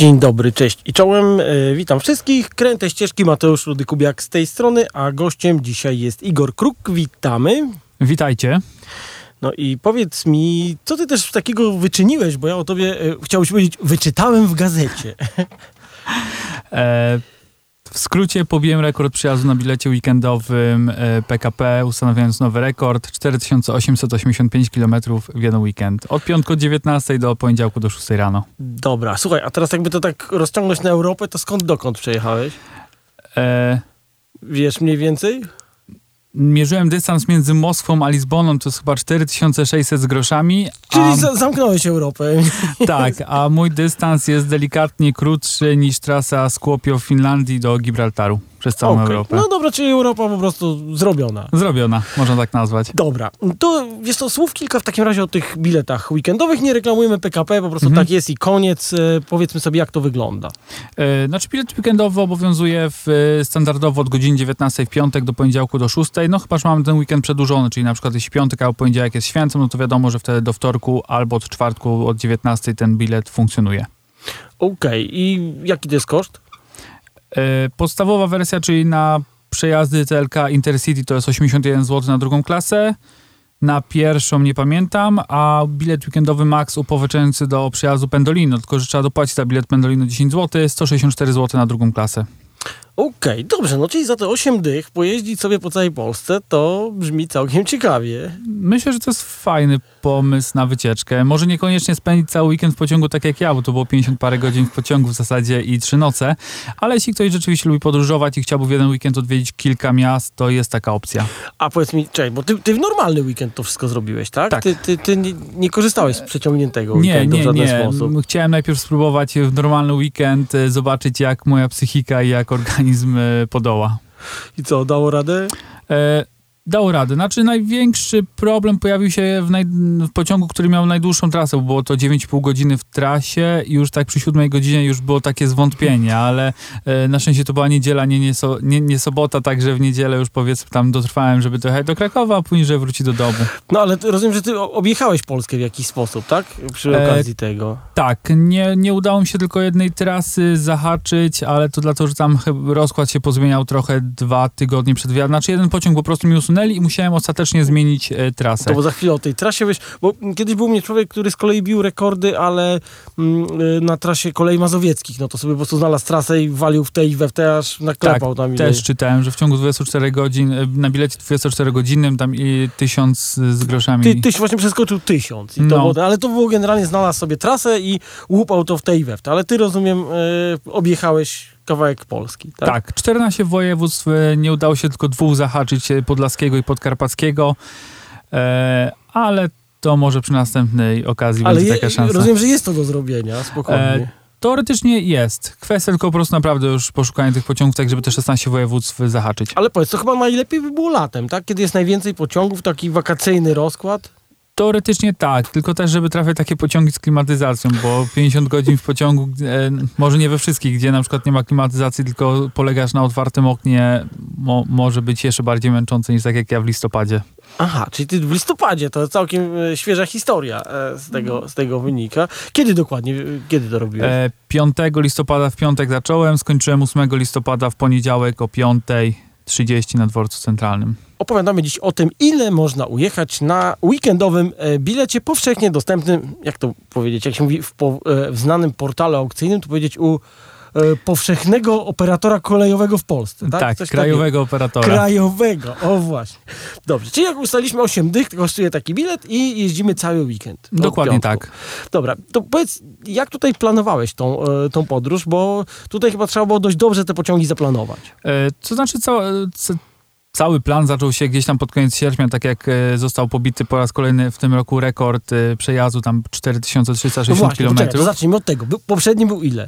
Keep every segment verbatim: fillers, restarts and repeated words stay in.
Dzień dobry, cześć i czołem. E, witam wszystkich. Kręte ścieżki, Mateusz Rudy-Kubiak z tej strony, a gościem dzisiaj jest Igor Kruk. Witamy. Witajcie. No i powiedz mi, co ty też takiego wyczyniłeś, bo ja o tobie e, chciałbyś powiedzieć, wyczytałem w gazecie. E, w skrócie pobiłem rekord przyjazdu na bilecie weekendowym e, P K P, ustanawiając nowy rekord, cztery tysiące osiemset osiemdziesiąt pięć kilometrów w jeden weekend. Od piątku od dziewiętnastej do poniedziałku do szóstej rano. Dobra, słuchaj, a teraz jakby to tak rozciągnąć na Europę, to skąd dokąd przejechałeś? E, Wiesz mniej więcej? Mierzyłem dystans między Moskwą a Lizboną, to jest chyba cztery tysiące sześćset z groszami. Czyli a, za- zamknąłeś Europę. Tak, a mój dystans jest delikatnie krótszy niż trasa z Kuopio w Finlandii do Gibraltaru przez całą Okay. Europę. No dobra, czyli Europa po prostu zrobiona. Zrobiona, można tak nazwać. Dobra, to jest to słów kilka w takim razie o tych biletach weekendowych. Nie reklamujemy P K P, po prostu Mhm. tak jest i koniec. E, powiedzmy sobie, jak to wygląda. E, Znaczy bilet weekendowy obowiązuje w, e, standardowo od godziny dziewiętnastej w piątek do poniedziałku do szóstej. No chyba, że mamy ten weekend przedłużony, czyli na przykład jeśli piątek albo poniedziałek jest świętem, no to wiadomo, że wtedy do wtorku albo od czwartku od dziewiętnastej ten bilet funkcjonuje. Okej, okay. I jaki to jest koszt? E, Podstawowa wersja, czyli na przejazdy T L K Intercity to jest osiemdziesiąt jeden złotych na drugą klasę. Na pierwszą nie pamiętam, a bilet weekendowy max upoważniający do przejazdu Pendolino, tylko że trzeba dopłacić za bilet Pendolino dziesięć złotych, sto sześćdziesiąt cztery złote na drugą klasę. Okej, okay, dobrze, no czyli za te osiem dych pojeździć sobie po całej Polsce, to brzmi całkiem ciekawie. Myślę, że to jest fajny pomysł na wycieczkę. Może niekoniecznie spędzić cały weekend w pociągu tak jak ja, bo to było pięćdziesiąt parę godzin w pociągu w zasadzie i trzy noce, ale jeśli ktoś rzeczywiście lubi podróżować i chciałby w jeden weekend odwiedzić kilka miast, to jest taka opcja. A powiedz mi, czekaj, bo ty, ty w normalny weekend to wszystko zrobiłeś, tak? Tak. Ty, ty, ty nie, nie korzystałeś z przeciągniętego Nie, weekendu nie, w żaden nie. sposób. Chciałem najpierw spróbować w normalny weekend, e, zobaczyć jak moja psychika i jak organizm e, podoła. I co, dało radę? E, Dało radę. Znaczy największy problem pojawił się w, naj... w pociągu, który miał najdłuższą trasę, bo było to dziewięć i pół godziny w trasie i już tak przy siódmej godzinie już było takie zwątpienie, ale e, na szczęście to była niedziela, nie, nie, so... nie, nie sobota, także w niedzielę już powiedzmy tam dotrwałem, żeby dojechać do Krakowa, a później, żeby wrócić do domu. No ale rozumiem, że ty objechałeś Polskę w jakiś sposób, tak? Przy okazji e, tego. Tak, nie, nie udało mi się tylko jednej trasy zahaczyć, ale to dlatego, że tam rozkład się pozmieniał trochę dwa tygodnie przed wyjazdem. Znaczy jeden pociąg po prostu mi usunęli i musiałem ostatecznie zmienić e, trasę. To bo za chwilę o tej trasie, wiesz, bo kiedyś był u mnie człowiek, który z kolei bił rekordy, ale mm, na trasie kolei mazowieckich, no to sobie po prostu znalazł trasę i walił w tej i we w tej, aż naklepał tak, tam. też ile... czytałem, że w ciągu dwudziestu czterech godzin, na bilecie dwudziestoczterogodzinnym tam i tysiąc z groszami. Ty, tyś właśnie przeskoczył tysiąc. I to no. było, ale to było generalnie, znalazł sobie trasę i łupał to w tej i we w tej. Ale ty, rozumiem, yy, objechałeś kawałek Polski, tak? Tak, czternaście województw, nie udało się tylko dwóch zahaczyć, podlaskiego i podkarpackiego, e, ale to może przy następnej okazji ale będzie je, taka szansa. Rozumiem, że jest to do zrobienia, spokojnie. E, teoretycznie jest. Kwestia tylko po prostu naprawdę już poszukania tych pociągów, tak żeby te szesnaście województw zahaczyć. Ale powiedz, to chyba najlepiej by było latem, tak? Kiedy jest najwięcej pociągów, taki wakacyjny rozkład? Teoretycznie tak, tylko też, żeby trafiać takie pociągi z klimatyzacją, bo pięćdziesiąt godzin w pociągu, e, może nie we wszystkich, gdzie na przykład nie ma klimatyzacji, tylko polegasz na otwartym oknie, mo, może być jeszcze bardziej męczące niż tak jak ja w listopadzie. Aha, czyli ty w listopadzie, to całkiem e, świeża historia e, z, tego, z tego wynika. Kiedy dokładnie, kiedy to robiłeś? E, piątego listopada w piątek zacząłem, skończyłem ósmego listopada w poniedziałek o piąta trzydzieści na dworcu centralnym. Opowiadamy dziś o tym, ile można ujechać na weekendowym e, bilecie powszechnie dostępnym, jak to powiedzieć, jak się mówi w, po, e, w znanym portale aukcyjnym, to powiedzieć u e, powszechnego operatora kolejowego w Polsce. Tak, tak Coś krajowego takiego. operatora. Krajowego, o właśnie. Dobrze, czyli jak ustaliliśmy osiem dych, to kosztuje taki bilet i jeździmy cały weekend. Dokładnie tak. Dobra, to powiedz, jak tutaj planowałeś tą, e, tą podróż, bo tutaj chyba trzeba było dość dobrze te pociągi zaplanować. E, to znaczy całe... Co... Cały plan zaczął się gdzieś tam pod koniec sierpnia, tak jak e, został pobity po raz kolejny w tym roku rekord e, przejazdu, tam cztery tysiące trzysta sześćdziesiąt no kilometrów. To zacznijmy od tego. Był, poprzedni był ile? E,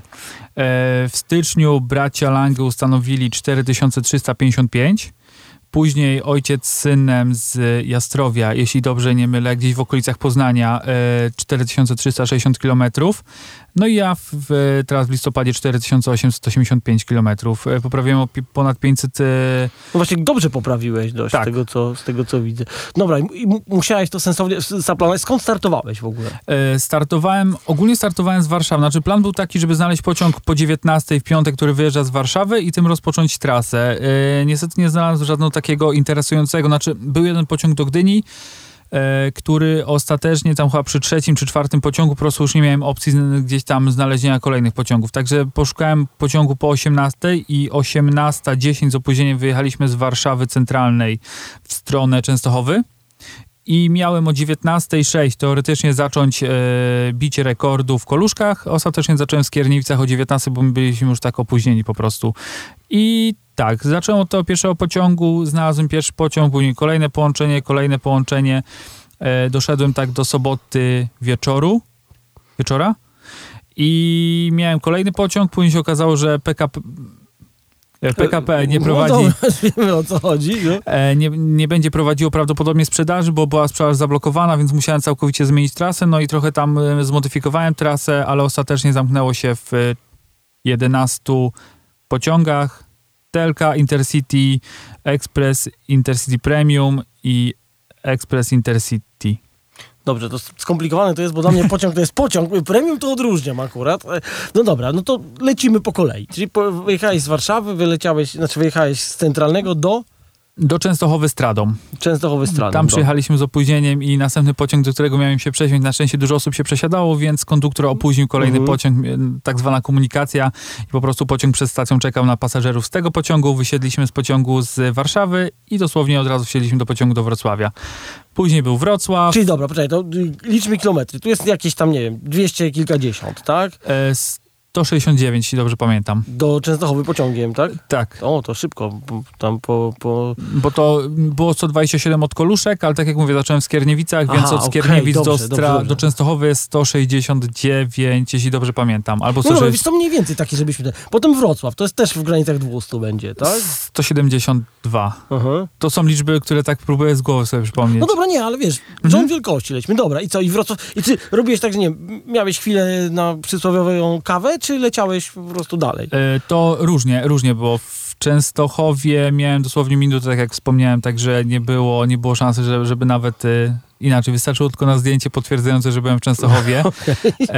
w styczniu bracia Lange ustanowili cztery tysiące trzysta pięćdziesiąt pięć. Później ojciec z synem z Jastrowia, jeśli dobrze nie mylę, gdzieś w okolicach Poznania, e, cztery tysiące trzysta sześćdziesiąt kilometrów. No i ja w, w, teraz w listopadzie cztery tysiące osiemset osiemdziesiąt pięć kilometrów. Poprawiłem o pi- ponad pięćset... E... No właśnie dobrze poprawiłeś dość tak. z, tego, co, z tego, co widzę. Dobra, i musiałeś to sensownie zaplanować. Skąd startowałeś w ogóle? E, startowałem, ogólnie startowałem z Warszawy. Znaczy plan był taki, żeby znaleźć pociąg po dziewiętnastej w piątek, który wyjeżdża z Warszawy i tym rozpocząć trasę. E, niestety nie znalazłem żadnego takiego interesującego. Znaczy był jeden pociąg do Gdyni, E, który ostatecznie tam chyba przy trzecim czy czwartym pociągu po prostu już nie miałem opcji z, gdzieś tam znalezienia kolejnych pociągów. Także poszukałem pociągu po osiemnastej i osiemnasta dziesięć z opóźnieniem wyjechaliśmy z Warszawy Centralnej w stronę Częstochowy i miałem o dziewiętnastej sześć teoretycznie zacząć e, bicie rekordu w Koluszkach. Ostatecznie zacząłem w Skierniewicach o dziewiętnastej, bo my byliśmy już tak opóźnieni po prostu. I tak, zacząłem od tego pierwszego pociągu, znalazłem pierwszy pociąg, później kolejne połączenie, kolejne połączenie. E, doszedłem tak do soboty wieczoru, wieczora i miałem kolejny pociąg, później się okazało, że P K P... P K P nie prowadzi. No dobra, wiemy o co chodzi. No. Nie, nie będzie prowadziło prawdopodobnie sprzedaży, bo była sprzedaż zablokowana, więc musiałem całkowicie zmienić trasę. No i trochę tam zmodyfikowałem trasę, ale ostatecznie zamknęło się w jedenastu pociągach. Telka, Intercity, Express, Intercity Premium i Express Intercity. Dobrze, to skomplikowane to jest, bo dla mnie pociąg to jest pociąg, premium to odróżniam akurat. No dobra, no to lecimy po kolei. Czyli wyjechałeś z Warszawy, wyleciałeś, znaczy wyjechałeś z Centralnego do... Do Częstochowy Stradą. Częstochowy Stradą. Tam przyjechaliśmy z opóźnieniem i następny pociąg, do którego miałem się przesiąść, na szczęście dużo osób się przesiadało, więc konduktor opóźnił kolejny mhm. pociąg, tak zwana komunikacja i po prostu pociąg przed stacją czekał na pasażerów z tego pociągu. Wysiedliśmy z pociągu z Warszawy i dosłownie od razu wsiedliśmy do pociągu do Wrocławia. Później był Wrocław. Czyli dobra, poczekaj, to liczmy kilometry. Tu jest jakieś tam, nie wiem, dwieście kilkadziesiąt, tak? E, sto sześćdziesiąt dziewięć, jeśli dobrze pamiętam. Do Częstochowy pociągiem, tak? Tak. O, to szybko, bo tam po... po... Bo to było sto dwadzieścia siedem od Koluszek, ale tak jak mówię, zacząłem w Skierniewicach, Aha, więc od Skierniewic okay, dobrze, do, Stra- dobrze. do Częstochowy jest sto sześćdziesiąt dziewięć, jeśli dobrze pamiętam. Albo no dobra, to mniej więcej takie, żebyśmy... Potem Wrocław, to jest też w granicach dwieście będzie, tak? sto siedemdziesiąt dwa. Aha. To są liczby, które tak próbuję z głowy sobie przypomnieć. No dobra, nie, ale wiesz, rząd mhm. wielkości lećmy. Dobra, i co? I Wrocław... I ty robiłeś tak, że nie miałeś chwilę na przysłowiową kawę, czy leciałeś po prostu dalej? E, to różnie, różnie było. W Częstochowie miałem dosłownie minutę, tak jak wspomniałem, także nie było, nie było szansy, żeby, żeby nawet e, inaczej. Wystarczyło tylko na zdjęcie potwierdzające, że byłem w Częstochowie. Okay.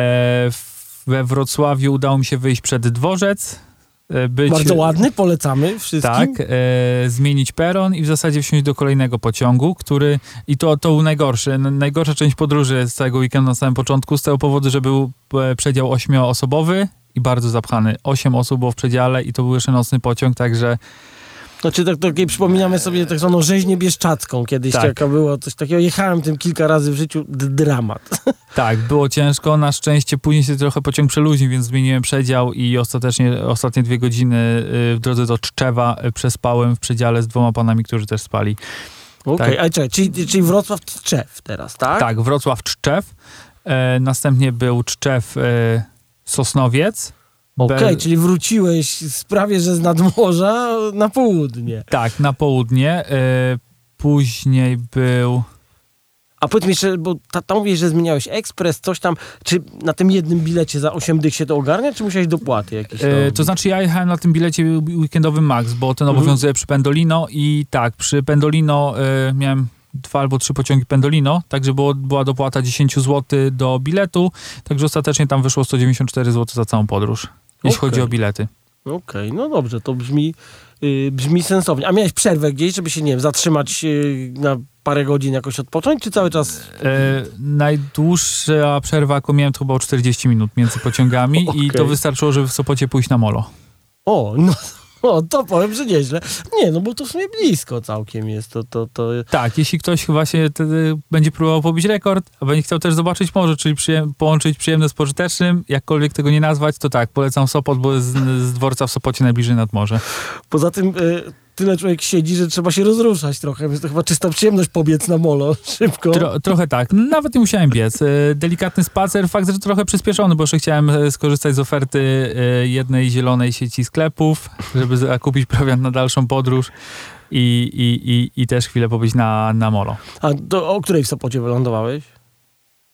E, we Wrocławiu udało mi się wyjść przed dworzec. E, być, Bardzo ładny, polecamy wszystkim. Tak, e, zmienić peron i w zasadzie wsiąść do kolejnego pociągu, który, i to, to był najgorszy, najgorsza część podróży z całego weekendu na samym początku, z tego powodu, że był przedział ośmioosobowy i bardzo zapchany. Osiem osób było w przedziale i to był jeszcze nocny pociąg, także... Znaczy, tak, tak, przypominamy sobie tak zwaną rzeźnię bieszczacką kiedyś, tak. jaka było coś takiego. Jechałem tym kilka razy w życiu, d- dramat. Tak, było ciężko. Na szczęście później się trochę pociąg przeluźnił, więc zmieniłem przedział i ostatecznie ostatnie dwie godziny w drodze do Tczewa przespałem w przedziale z dwoma panami, którzy też spali. Okej, okay, tak. Ale czekaj, czyli, czyli Wrocław Tczew teraz, tak? Tak, Wrocław Tczew. E, następnie był Tczew e, Sosnowiec. Okej, okay, Be- czyli wróciłeś z prawie, że z nadmorza na południe. Tak, na południe. E, później był... A powiedz mi jeszcze, bo ta, tam mówisz, że zmieniałeś ekspres, coś tam, czy na tym jednym bilecie za osiem dych się to ogarnia, czy musiałeś dopłaty jakieś? E, to znaczy ja jechałem na tym bilecie weekendowym Max, bo ten mhm. obowiązuje przy Pendolino i tak, przy Pendolino e, miałem dwa albo trzy pociągi Pendolino, także było, była dopłata dziesięć złotych do biletu, także ostatecznie tam wyszło sto dziewięćdziesiąt cztery złote za całą podróż, jeśli okay. chodzi o bilety. Okej, okay, no dobrze, to brzmi, yy, brzmi sensownie. A miałeś przerwę gdzieś, żeby się, nie wiem, zatrzymać yy, na parę godzin jakoś odpocząć, czy cały czas? E, najdłuższa przerwa, jaką miałem, to chyba o czterdzieści minut między pociągami okay. i to wystarczyło, żeby w Sopocie pójść na molo. O, no... O, to powiem, że nieźle. Nie, no bo to w sumie blisko całkiem jest. To, to, to... Tak, jeśli ktoś właśnie będzie próbował pobić rekord, a będzie chciał też zobaczyć morze, czyli przyjem- połączyć przyjemne z pożytecznym, jakkolwiek tego nie nazwać, to tak, polecam Sopot, bo jest z, z dworca w Sopocie najbliżej nad morze. Poza tym y, tyle człowiek siedzi, że trzeba się rozruszać trochę, więc to chyba czysta przyjemność pobiec na molo szybko. Tro, trochę tak, nawet nie musiałem biec. Y, delikatny spacer, fakt, że trochę przyspieszony, bo jeszcze chciałem skorzystać z oferty y, jednej zielonej sieci sklepów, żeby zakupić prowiant na dalszą podróż i, i, i, i też chwilę pobyć na, na molo. A do, o której w Sopocie wylądowałeś?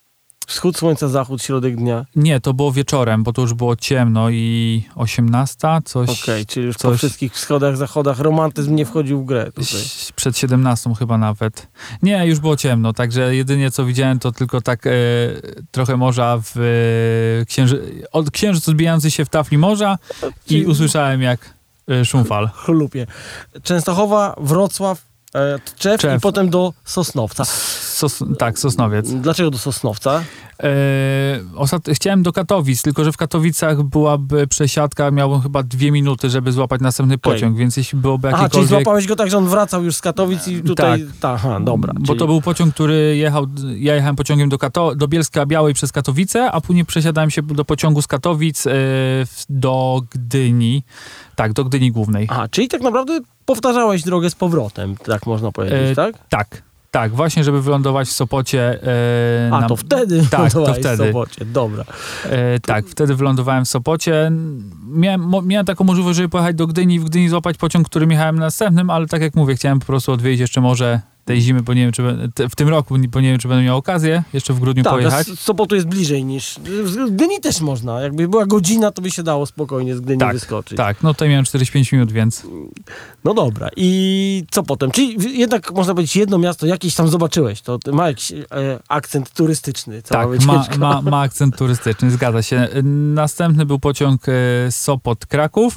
Wschód słońca, zachód, środek dnia. Nie, to było wieczorem, bo to już było ciemno i osiemnasta, coś... Okej, okay, czyli już coś, po wszystkich wschodach, zachodach romantyzm nie wchodził w grę tutaj. Przed siedemnastą chyba nawet. Nie, już było ciemno, także jedynie co widziałem to tylko tak e, trochę morza w e, księży... od księżyc odbijający się w tafli morza i usłyszałem jak e, szum fal. Chlupie. Częstochowa, Wrocław, e, Tczew, Tczew i potem do Sosnowca. Sos, tak, Sosnowiec. Dlaczego do Sosnowca? E, ostat... Chciałem do Katowic, tylko że w Katowicach byłaby przesiadka, miałbym chyba dwie minuty, żeby złapać następny okay. pociąg, więc jeśli byłoby jakikolwiek... Aha, czyli złapałeś go tak, że on wracał już z Katowic i tutaj... Tak. Aha, dobra. Bo czyli... to był pociąg, który jechał, ja jechałem pociągiem do, Kato... do Bielska Białej przez Katowice, a później przesiadałem się do pociągu z Katowic e, do Gdyni. Tak, do Gdyni Głównej. Aha, czyli tak naprawdę powtarzałeś drogę z powrotem, tak można powiedzieć, e, tak? Tak. Tak, właśnie, żeby wylądować w Sopocie. E, A, na... to wtedy tak, to wtedy. w Sopocie, dobra. E, tak, wtedy wylądowałem w Sopocie. Miałem, mo, miałem taką możliwość, żeby pojechać do Gdyni i w Gdyni złapać pociąg, którym jechałem następnym, ale tak jak mówię, chciałem po prostu odwiedzić jeszcze może tej zimy, bo nie wiem, czy te, w tym roku, bo nie wiem, czy będę miał okazję jeszcze w grudniu tak, pojechać. Tak, Sopotu jest bliżej niż... Z Gdyni też można. Jakby była godzina, to by się dało spokojnie z Gdyni tak, wyskoczyć. Tak, no tutaj miałem czterdzieści pięć minut, więc... No dobra. I co potem? Czyli jednak można powiedzieć jedno miasto jakieś tam zobaczyłeś. To ma jakiś e, akcent turystyczny. Cała tak, ma, ma, ma akcent turystyczny, zgadza się. Następny był pociąg e, Sopot-Kraków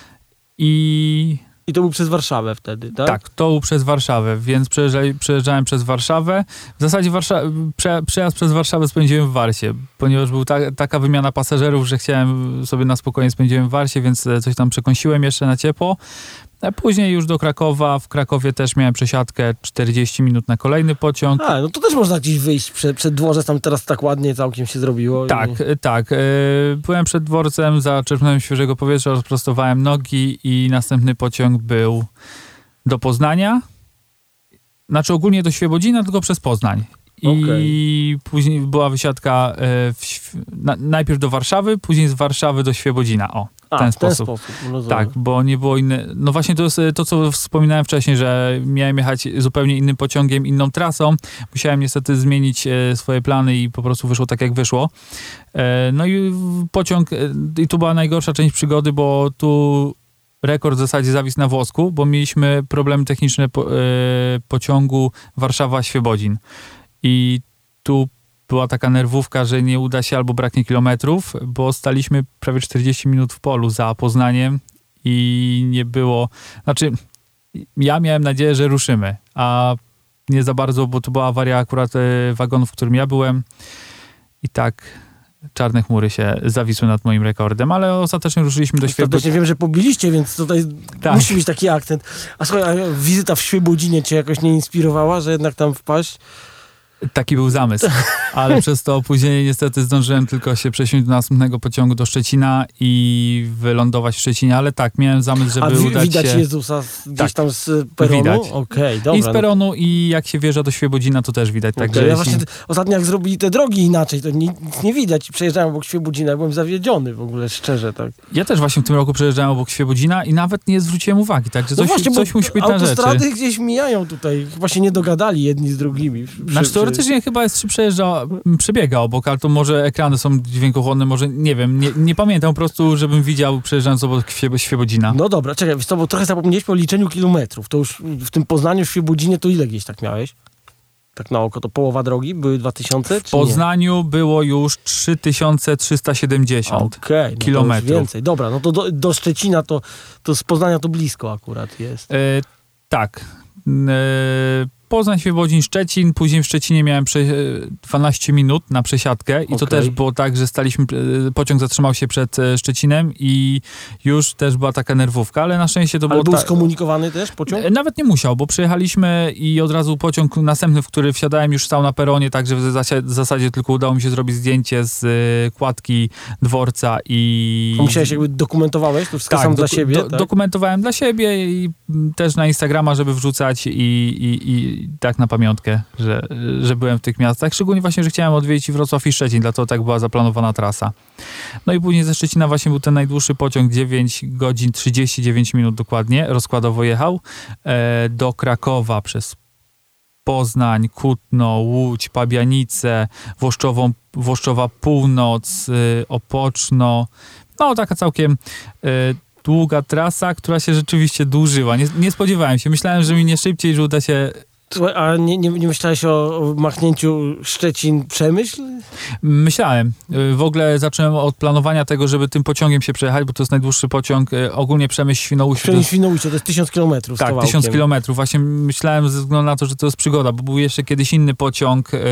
i... I to był przez Warszawę wtedy, tak? Tak, to był przez Warszawę, więc przejeżdżałem przez Warszawę. W zasadzie Warsza- prze, przejazd przez Warszawę spędziłem w Warsie, ponieważ była ta, taka wymiana pasażerów, że chciałem sobie na spokojnie spędziłem w Warsie, więc coś tam przekąsiłem jeszcze na ciepło. A później już do Krakowa. W Krakowie też miałem przesiadkę czterdzieści minut na kolejny pociąg. A, no to też można gdzieś wyjść przed, przed dworzec, tam teraz tak ładnie całkiem się zrobiło. Tak, i... tak. Yy, byłem przed dworcem, zaczerpnąłem świeżego powietrza, rozprostowałem nogi i następny pociąg był do Poznania. Znaczy ogólnie do Świebodzina, tylko przez Poznań. I okay. później była wysiadka yy, w, na, najpierw do Warszawy, później z Warszawy do Świebodzina. O. A, ten w ten sposób. sposób. Tak, bo nie było inne. No właśnie to jest to, co wspominałem wcześniej, że miałem jechać zupełnie innym pociągiem, inną trasą. Musiałem niestety zmienić e, swoje plany i po prostu wyszło tak, jak wyszło. E, no i pociąg, e, i tu była najgorsza część przygody, bo tu rekord w zasadzie zawisł na włosku, bo mieliśmy problemy techniczne po, e, pociągu Warszawa-Świebodzin. I tu była taka nerwówka, że nie uda się albo braknie kilometrów, bo staliśmy prawie czterdzieści minut w polu za Poznaniem i nie było... Znaczy, ja miałem nadzieję, że ruszymy, a nie za bardzo, bo to była awaria akurat wagonu, w którym ja byłem i tak czarne chmury się zawisły nad moim rekordem, ale ostatecznie ruszyliśmy do Świebodzina. Ostatecznie wiem, że pobiliście, więc tutaj tak. Musi być taki akcent. A słuchaj, a wizyta w Świebodzinie cię jakoś nie inspirowała, że jednak tam wpaść? Taki był zamysł, ale przez to opóźnienie niestety zdążyłem tylko się przesiąść do następnego pociągu do Szczecina i wylądować w Szczecinie, ale tak, miałem zamysł, żeby A wi- udać widać się... Jezusa gdzieś tak, tam z peronu? Widać. Okay, dobra. I z peronu i jak się wjeżdża do Świebodzina, to też widać. Okay, Także ja jeśli... właśnie ostatnio jak zrobili te drogi inaczej, to nic nie widać. Przejeżdżałem obok Świebodzina, byłem zawiedziony w ogóle, szczerze. Tak. Ja też właśnie w tym roku przejeżdżałem obok Świebodzina i nawet nie zwróciłem uwagi, także no coś, właśnie, coś musi być na rzeczy. Autostrady gdzieś mijają tutaj, chyba się nie dogadali jedni z drugimi. Przy, znaczy teoretycznie przy... chyba jest przejeżdża, przebiega obok, ale to może ekrany są dźwiękochłonne, może nie wiem, nie, nie pamiętam po prostu, żebym widział przejeżdżając obok Świebodzina. No dobra, czekaj, wiesz co, bo trochę zapomnieliśmy o liczeniu kilometrów. To już w tym Poznaniu, w Świebodzinie, to ile gdzieś tak miałeś? Tak na oko, to połowa drogi? Były dwa tysiące? W Poznaniu nie? Było już trzy tysiące trzysta siedemdziesiąt okay, no kilometrów. Więcej. Dobra, no to do, do Szczecina to, to z Poznania to blisko akurat jest. E, tak. E, Poznań, Świebodzin, Szczecin. Później w Szczecinie miałem prze, dwanaście minut na przesiadkę i okay. to też było tak, że staliśmy, pociąg zatrzymał się przed Szczecinem i już też była taka nerwówka, ale na szczęście to ale było... był ta... skomunikowany też pociąg? Nawet nie musiał, bo przyjechaliśmy i od razu pociąg następny, w który wsiadałem, już stał na peronie, także w zasadzie tylko udało mi się zrobić zdjęcie z kładki dworca i... A musiałeś jakby dokumentowałeś to wszystko tak, sam do, dla siebie? Do, tak? Dokumentowałem dla siebie i też na Instagrama, żeby wrzucać i, i, i tak na pamiątkę, że, że byłem w tych miastach. Szczególnie właśnie, że chciałem odwiedzić Wrocław i Szczecin, dlatego tak była zaplanowana trasa. No i później ze Szczecina właśnie był ten najdłuższy pociąg, dziewięć godzin trzydzieści dziewięć minut dokładnie, rozkładowo jechał, e, do Krakowa przez Poznań, Kutno, Łódź, Pabianice, Włoszczową, Włoszczowa Północ, y, Opoczno. No taka całkiem y, długa trasa, która się rzeczywiście dłużyła. Nie, nie spodziewałem się. Myślałem, że minie szybciej, że uda się... Słuchaj, a nie, nie, nie myślałeś o, o machnięciu Szczecin-Przemyśl? Myślałem. W ogóle zacząłem od planowania tego, żeby tym pociągiem się przejechać, bo to jest najdłuższy pociąg. Ogólnie Przemyśl-Świnoujście. Przemyśl-Świnoujście to jest tysiąc kilometrów. Tak, tysiąc kilometrów. Właśnie myślałem ze względu na to, że to jest przygoda, bo był jeszcze kiedyś inny pociąg, yy,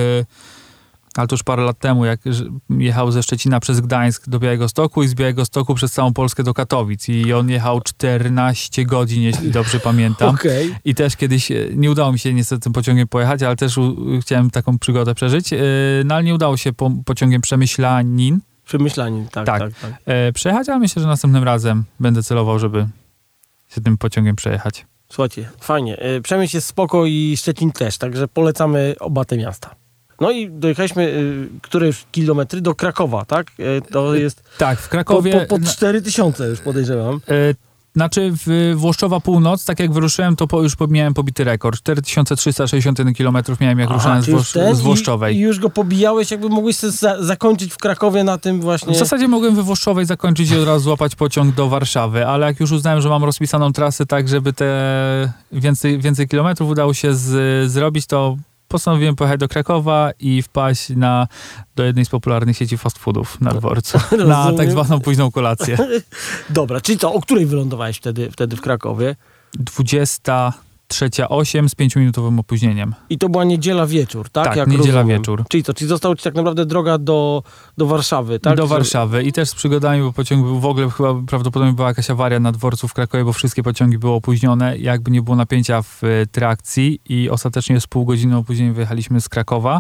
ale to już parę lat temu, jak jechał ze Szczecina przez Gdańsk do Białegostoku i z Białegostoku przez całą Polskę do Katowic. I on jechał czternaście godzin, jeśli dobrze pamiętam. Okay. I też kiedyś, nie udało mi się niestety tym pociągiem pojechać, ale też u, chciałem taką przygodę przeżyć. Yy, no ale nie udało się po, pociągiem Przemyślanin. Przemyślanin, tak, tak. tak, tak. Yy, przejechać, ale myślę, że następnym razem będę celował, żeby się tym pociągiem przejechać. Słuchajcie, fajnie. Yy, Przemyśl jest spoko i Szczecin też, także polecamy oba te miasta. No i dojechaliśmy, y, które już kilometry, do Krakowa, tak? Y, to jest... Tak, w Krakowie... Po, po, po cztery tysiące już podejrzewam. Y, znaczy w Włoszczowa Północ, tak jak wyruszyłem, to po, już po, miałem pobity rekord. cztery tysiące trzysta sześćdziesiąt jeden kilometrów miałem, jak Aha, ruszałem z, Włosz, z Włoszczowej. I, I już go pobijałeś, jakby mogłeś za, zakończyć w Krakowie na tym właśnie... W zasadzie mogłem we Włoszczowej zakończyć i od razu złapać pociąg do Warszawy, ale jak już uznałem, że mam rozpisaną trasę tak, żeby te więcej, więcej kilometrów udało się z, zrobić, to postanowiłem pojechać do Krakowa i wpaść na, do jednej z popularnych sieci fast foodów na dworcu. Na tak zwaną późną kolację. Dobra, czyli to, o której wylądowałeś wtedy, wtedy w Krakowie? dwudziesta trzecia osiem z pięciominutowym opóźnieniem. I to była niedziela wieczór, tak? Tak, jak niedziela rozumiem. wieczór. Czyli co? Czyli została ci tak naprawdę droga do, do Warszawy, tak? Do Że... Warszawy i też z przygodami, bo pociąg był w ogóle, chyba prawdopodobnie była jakaś awaria na dworcu w Krakowie, bo wszystkie pociągi były opóźnione, jakby nie było napięcia w trakcji i ostatecznie z pół godziny opóźnienia wyjechaliśmy z Krakowa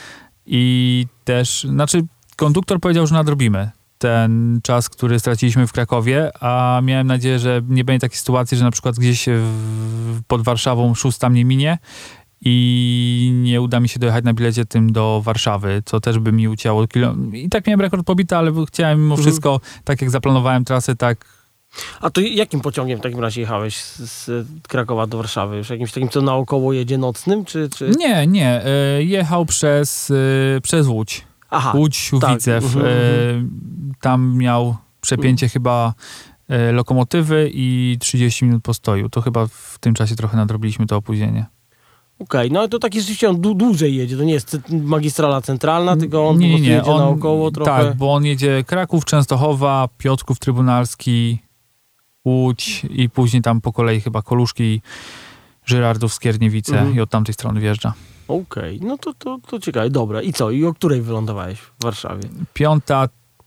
i też, znaczy konduktor powiedział, że nadrobimy ten czas, który straciliśmy w Krakowie, a miałem nadzieję, że nie będzie takiej sytuacji, że na przykład gdzieś w, pod Warszawą szósta mnie minie i nie uda mi się dojechać na bilecie tym do Warszawy, co też by mi ucięło. I tak miałem rekord pobity, ale chciałem mimo wszystko, mhm. tak jak zaplanowałem trasę, tak... A to jakim pociągiem w takim razie jechałeś z, z Krakowa do Warszawy? Już jakimś takim, co naokoło jedzie nocnym, czy... czy... Nie, nie. Jechał przez, przez Łódź. Aha, Łódź, Siówicew. Tak. Mhm. Tam miał przepięcie mhm. chyba lokomotywy i trzydzieści minut postoju. To chyba w tym czasie trochę nadrobiliśmy to opóźnienie. Okej, okay, no ale to tak rzeczywiście on dłu- dłużej jedzie, to nie jest magistrala centralna, tylko on nie, po prostu nie, jedzie on, naokoło trochę. Tak, bo on jedzie Kraków, Częstochowa, Piotrków Trybunalski, Łódź i później tam po kolei chyba Koluszki, Żyrardów, Skierniewice mhm. i od tamtej strony wjeżdża. Okej, okay, no to, to, to ciekawe, dobra. I co? I o której wylądowałeś w Warszawie? Piąta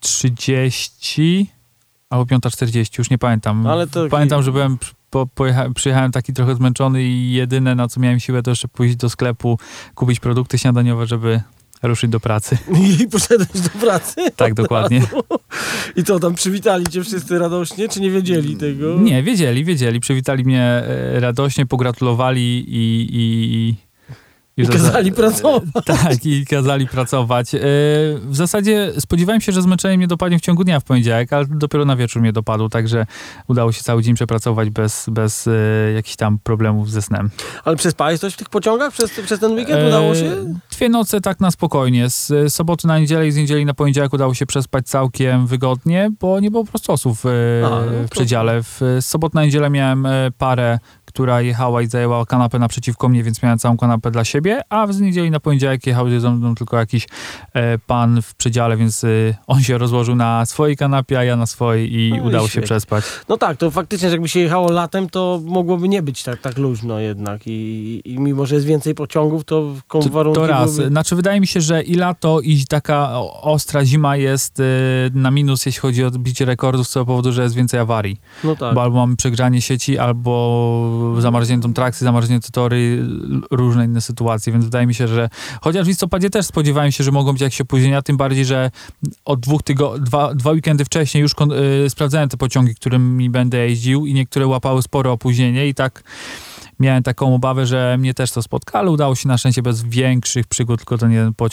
trzydzieści albo piąta czterdzieści, już nie pamiętam. Ale to... Pamiętam, że byłem... Po, pojecha- przyjechałem taki trochę zmęczony i jedyne, na co miałem siłę, to jeszcze pójść do sklepu, kupić produkty śniadaniowe, żeby ruszyć do pracy. I poszedłeś do pracy? Tak, dokładnie. I co, tam przywitali cię wszyscy radośnie, czy nie wiedzieli tego? Nie, wiedzieli, wiedzieli. Przywitali mnie radośnie, pogratulowali i... i I kazali pracować. Tak, i kazali pracować. W zasadzie spodziewałem się, że zmęczenie mnie dopadnie w ciągu dnia w poniedziałek, ale dopiero na wieczór mnie dopadł, także udało się cały dzień przepracować bez, bez jakichś tam problemów ze snem. Ale przespałeś coś w tych pociągach przez, przez ten weekend? Udało się? Dwie noce tak na spokojnie. Z soboty na niedzielę i z niedzieli na poniedziałek udało się przespać całkiem wygodnie, bo nie było prostosów w, A, no w przedziale. W soboty na niedzielę miałem parę, która jechała i zajęła kanapę naprzeciwko mnie, więc miałem całą kanapę dla siebie, a z niedzieli na poniedziałek jechał ze mną tylko jakiś e, pan w przedziale, więc e, on się rozłożył na swojej kanapie, a ja na swojej i no udało i się przespać. No tak, to faktycznie, że jakby się jechało latem, to mogłoby nie być tak, tak luźno jednak i, i mimo, że jest więcej pociągów, to warunki To raz. byłyby... Znaczy wydaje mi się, że i lato, i taka ostra zima jest e, na minus, jeśli chodzi o bicie rekordów, z tego powodu, że jest więcej awarii. No tak. Bo albo mamy przegrzanie sieci, albo zamarzniętą trakcję, zamarznięte tory, różne inne sytuacje, więc wydaje mi się, że chociaż w listopadzie też spodziewałem się, że mogą być jakieś opóźnienia, tym bardziej, że od dwóch tygodni, dwa, dwa weekendy wcześniej już kon- y, sprawdzałem te pociągi, którymi będę jeździł i niektóre łapały spore opóźnienie i tak miałem taką obawę, że mnie też to spotka, ale udało się na szczęście bez większych przygód, tylko ten jeden pociąg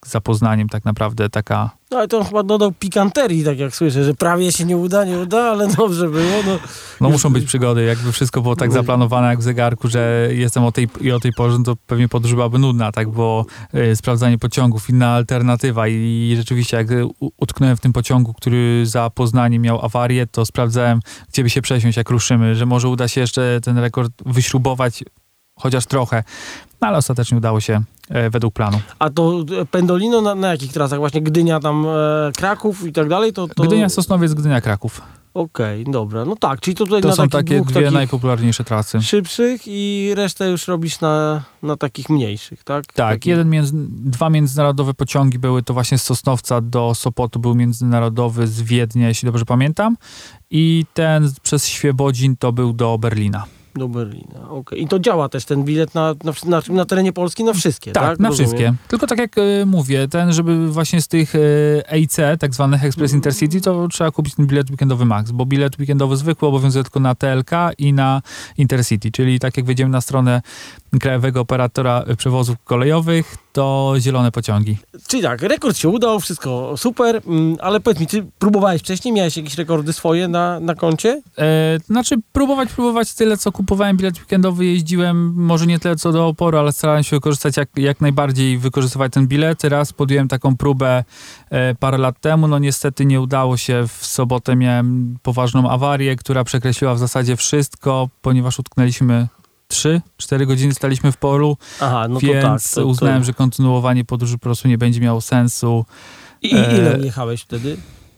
za Poznaniem tak naprawdę taka... No ale to on chyba dodał pikanterii, tak jak słyszę, że prawie się nie uda, nie uda, ale dobrze było. No, no muszą być przygody, jakby wszystko było tak zaplanowane jak w zegarku, że jestem o tej i o tej porze, no to pewnie podróż byłaby nudna, tak, bo y, sprawdzanie pociągów, inna alternatywa i, i rzeczywiście jak u, utknąłem w tym pociągu, który za Poznaniem miał awarię, to sprawdzałem, gdzie by się przesiąść, jak ruszymy, że może uda się jeszcze ten rekord wyśrubować chociaż trochę, no ale ostatecznie udało się e, według planu. A to Pendolino na, na jakich trasach? Właśnie Gdynia, tam e, Kraków i tak dalej? To, to... Gdynia, Sosnowiec, Gdynia, Kraków. Okej, okay, dobra. No tak, czyli to tutaj to na są takich takie dwóch dwie takich najpopularniejsze trasy. Szybszych i resztę już robisz na, na takich mniejszych, tak? Tak, Taki... jeden między, dwa międzynarodowe pociągi były, to właśnie z Sosnowca do Sopotu był międzynarodowy z Wiednia, jeśli dobrze pamiętam. I ten przez Świebodzin to był do Berlina. Do Berlina, okej. Okay. I to działa też ten bilet na, na, na, na terenie Polski na wszystkie, tak? Tak, na Rozumiem. wszystkie. Tylko tak jak y, mówię, ten, żeby właśnie z tych y, E I C, tak zwanych Express Intercity, to trzeba kupić ten bilet weekendowy Max, bo bilet weekendowy zwykły obowiązuje tylko na T L K i na Intercity, czyli tak jak wejdziemy na stronę Krajowego Operatora Przewozów Kolejowych, to zielone pociągi. Czyli tak, rekord się udał, wszystko super, ale powiedz mi, ty próbowałeś wcześniej, miałeś jakieś rekordy swoje na, na koncie? E, znaczy próbować, próbować tyle, co kupowałem bilet weekendowy, jeździłem, może nie tyle co do oporu, ale starałem się wykorzystać jak, jak najbardziej, wykorzystywać ten bilet. Raz podjąłem taką próbę e, parę lat temu, no niestety nie udało się, w sobotę miałem poważną awarię, która przekreśliła w zasadzie wszystko, ponieważ utknęliśmy trzy cztery godziny staliśmy w polu, Aha, no to więc tak, to, to... uznałem, że kontynuowanie podróży po prostu nie będzie miało sensu. I ile jechałeś wtedy?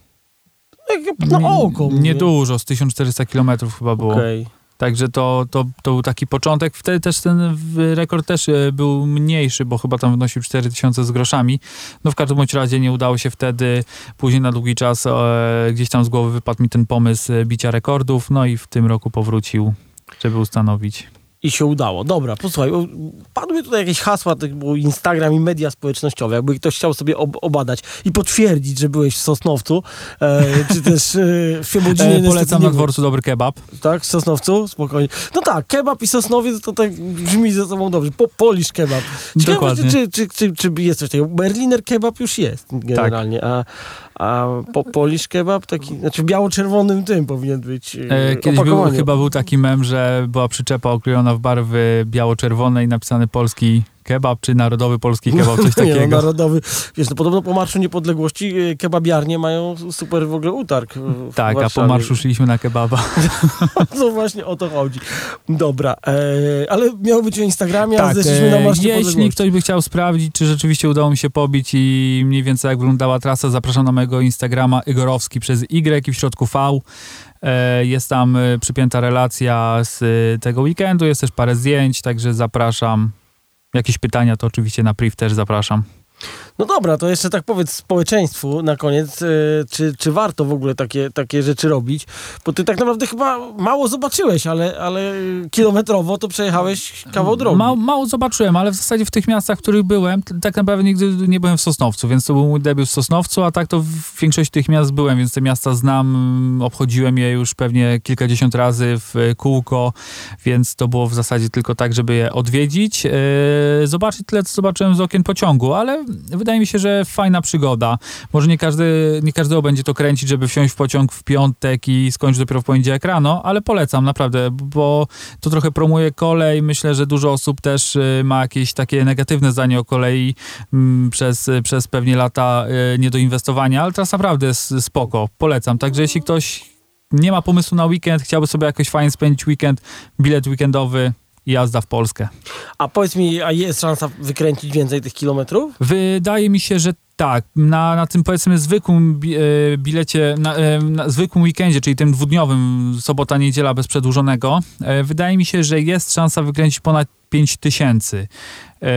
No nie, oko. Niedużo, z tysiąc czterysta kilometrów chyba było. Okay. Także to, to, to był taki początek. Wtedy też ten rekord też był mniejszy, bo chyba tam wynosił cztery tysiące z groszami. No w każdym bądź razie nie udało się wtedy. Później na długi czas e, gdzieś tam z głowy wypadł mi ten pomysł bicia rekordów. No i w tym roku powrócił, żeby ustanowić. I się udało. Dobra, posłuchaj, padły tutaj jakieś hasła, typu Instagram i media społecznościowe, jakby ktoś chciał sobie ob- obadać i potwierdzić, że byłeś w Sosnowcu, e, czy też e, w Świebodzinie. E, polecam na dworcu dobry kebab. Tak, w Sosnowcu? Spokojnie. No tak, kebab i Sosnowiec to tak brzmi ze sobą dobrze. Po, Polish kebab. Ciekawe, Dokładnie. Czy, czy, czy, czy jest coś takiego? Berliner kebab już jest generalnie, tak. a, a po, Polish kebab taki, znaczy w biało-czerwonym tym powinien być e, Kiedyś był, chyba był taki mem, że była przyczepa okrojona w barwy biało-czerwone i napisany polski kebab, czy narodowy polski kebab, coś takiego. Nie, no, narodowy. Wiesz, no, podobno po Marszu Niepodległości kebabiarnie mają super w ogóle utarg w Tak, Warszawie. A po marszu szliśmy na kebaba. No właśnie o to chodzi. Dobra, e, ale miało być o Instagramie, tak, a zeszliśmy na Marsz Niepodległości. Jeśli ktoś by chciał sprawdzić, czy rzeczywiście udało mi się pobić i mniej więcej jak wyglądała trasa, zapraszam na mojego Instagrama Igorowski przez Y i w środku V. Jest tam przypięta relacja z tego weekendu, jest też parę zdjęć, także zapraszam. Jakieś pytania, to oczywiście na priv też zapraszam. No dobra, to jeszcze tak powiedz społeczeństwu na koniec, yy, czy, czy warto w ogóle takie, takie rzeczy robić? Bo ty tak naprawdę chyba mało zobaczyłeś, ale, ale kilometrowo to przejechałeś kawał drogi. Ma, mało zobaczyłem, ale w zasadzie w tych miastach, w których byłem, t- tak naprawdę nigdy nie byłem w Sosnowcu, więc to był mój debiut w Sosnowcu, a tak to w większości tych miast byłem, więc te miasta znam, obchodziłem je już pewnie kilkadziesiąt razy w kółko, więc to było w zasadzie tylko tak, żeby je odwiedzić. Yy, zobaczyć tyle, co zobaczyłem z okien pociągu, ale wydaje mi się, że fajna przygoda. Może nie każdy, nie każdego będzie to kręcić, żeby wsiąść w pociąg w piątek i skończyć dopiero w poniedziałek rano, ale polecam naprawdę, bo to trochę promuje kolej. Myślę, że dużo osób też ma jakieś takie negatywne zdanie o kolei m, przez, przez pewnie lata y, niedoinwestowania, ale teraz naprawdę jest spoko. Polecam. Także jeśli ktoś nie ma pomysłu na weekend, chciałby sobie jakoś fajnie spędzić weekend, bilet weekendowy, jazda w Polskę. A powiedz mi, a jest szansa wykręcić więcej tych kilometrów? Wydaje mi się, że tak. Na, na tym powiedzmy zwykłym bi- e, bilecie, na, e, na zwykłym weekendzie, czyli tym dwudniowym, sobota, niedziela bez przedłużonego, e, wydaje mi się, że jest szansa wykręcić ponad pięć tysięcy. E,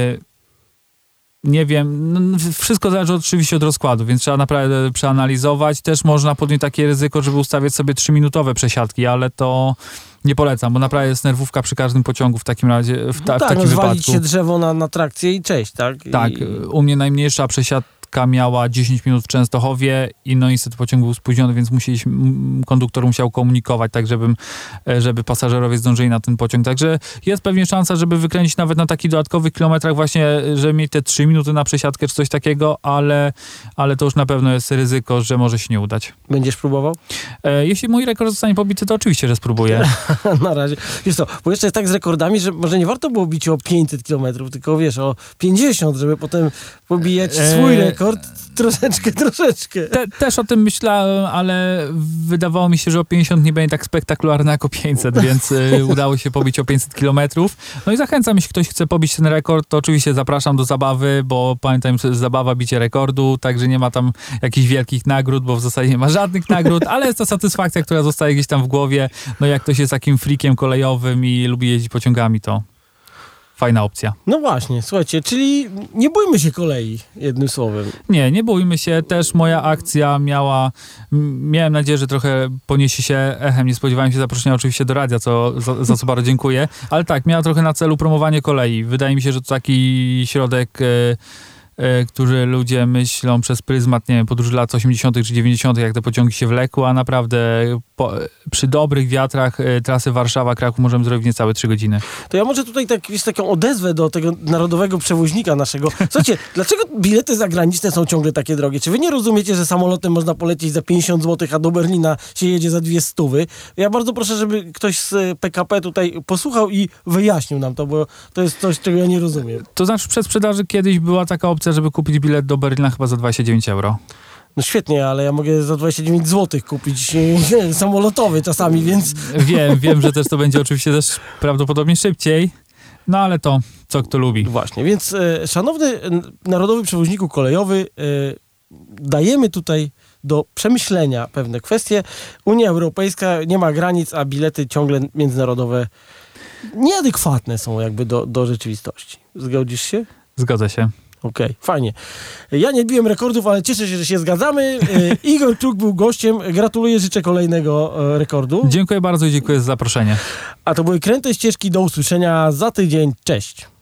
nie wiem, no, wszystko zależy oczywiście od rozkładu, więc trzeba naprawdę przeanalizować. Też można podjąć takie ryzyko, żeby ustawiać sobie trzyminutowe przesiadki, ale to nie polecam, bo naprawdę jest nerwówka przy każdym pociągu w takim razie, w, ta, no tak, w takim no, zwalić wypadku. się drzewo na, na trakcję i cześć, tak? Tak, I... u mnie najmniejsza przesiadka szóstka miała dziesięć minut w Częstochowie i no niestety pociąg był spóźniony, więc musieliśmy, konduktor musiał komunikować tak, żebym, żeby pasażerowie zdążyli na ten pociąg. Także jest pewnie szansa, żeby wykręcić nawet na takich dodatkowych kilometrach właśnie, żeby mieć te trzy minuty na przesiadkę czy coś takiego, ale, ale to już na pewno jest ryzyko, że może się nie udać. Będziesz próbował? E, jeśli mój rekord zostanie pobity, to oczywiście, że spróbuję. Na razie. Wiesz co, bo jeszcze jest tak z rekordami, że może nie warto było bić o pięćset kilometrów, tylko wiesz, o pięćdziesiąt, żeby potem pobijać swój rekord troszeczkę, troszeczkę. Te, też o tym myślałem, ale wydawało mi się, że o pięćdziesiąt nie będzie tak spektakularne jak o pięćset, więc y, udało się pobić o pięćset kilometrów. No i zachęcam, jeśli ktoś chce pobić ten rekord, to oczywiście zapraszam do zabawy, bo pamiętam, że zabawa bicie rekordu, także nie ma tam jakichś wielkich nagród, bo w zasadzie nie ma żadnych nagród, ale jest to satysfakcja, która zostaje gdzieś tam w głowie. No jak ktoś jest takim freakiem kolejowym i lubi jeździć pociągami, to fajna opcja. No właśnie, słuchajcie, czyli nie bójmy się kolei, jednym słowem. Nie, nie bójmy się. Też moja akcja miała, m- miałem nadzieję, że trochę poniesie się echem. Nie spodziewałem się zaproszenia oczywiście do radia, co, za, za co bardzo dziękuję. Ale tak, miała trochę na celu promowanie kolei. Wydaje mi się, że to taki środek, e, e, który ludzie myślą przez pryzmat, nie wiem, podróży lat osiemdziesiątych czy dziewięćdziesiątych, jak te pociągi się wlekły, a naprawdę po, przy dobrych wiatrach e, trasy Warszawa-Kraków możemy zrobić niecałe trzy godziny. To ja może tutaj tak, wiesz, taką odezwę do tego narodowego przewoźnika naszego. Słuchajcie, dlaczego bilety zagraniczne są ciągle takie drogie? Czy wy nie rozumiecie, że samolotem można polecieć za pięćdziesiąt złotych, a do Berlina się jedzie za dwie stówy? Ja bardzo proszę, żeby ktoś z P K P tutaj posłuchał i wyjaśnił nam to, bo to jest coś, czego ja nie rozumiem. To znaczy w przedsprzedaży kiedyś była taka opcja, żeby kupić bilet do Berlina chyba za dwadzieścia dziewięć euro. No świetnie, ale ja mogę za dwadzieścia dziewięć złotych kupić e, samolotowy czasami, więc... Wiem, wiem, że też to będzie oczywiście też prawdopodobnie szybciej, no ale to co kto lubi. Właśnie, więc e, szanowny n- narodowy przewoźniku kolejowy, e, dajemy tutaj do przemyślenia pewne kwestie. Unia Europejska nie ma granic, a bilety ciągle międzynarodowe nieadekwatne są jakby do, do rzeczywistości. Zgodzisz się? Zgodzę się. Okej, okay, fajnie. Ja nie biłem rekordów, ale cieszę się, że się zgadzamy. E, Igor Kluk był gościem. Gratuluję, życzę kolejnego e, rekordu. Dziękuję bardzo i dziękuję za zaproszenie. A to były Kręte Ścieżki. Do usłyszenia za tydzień. Cześć.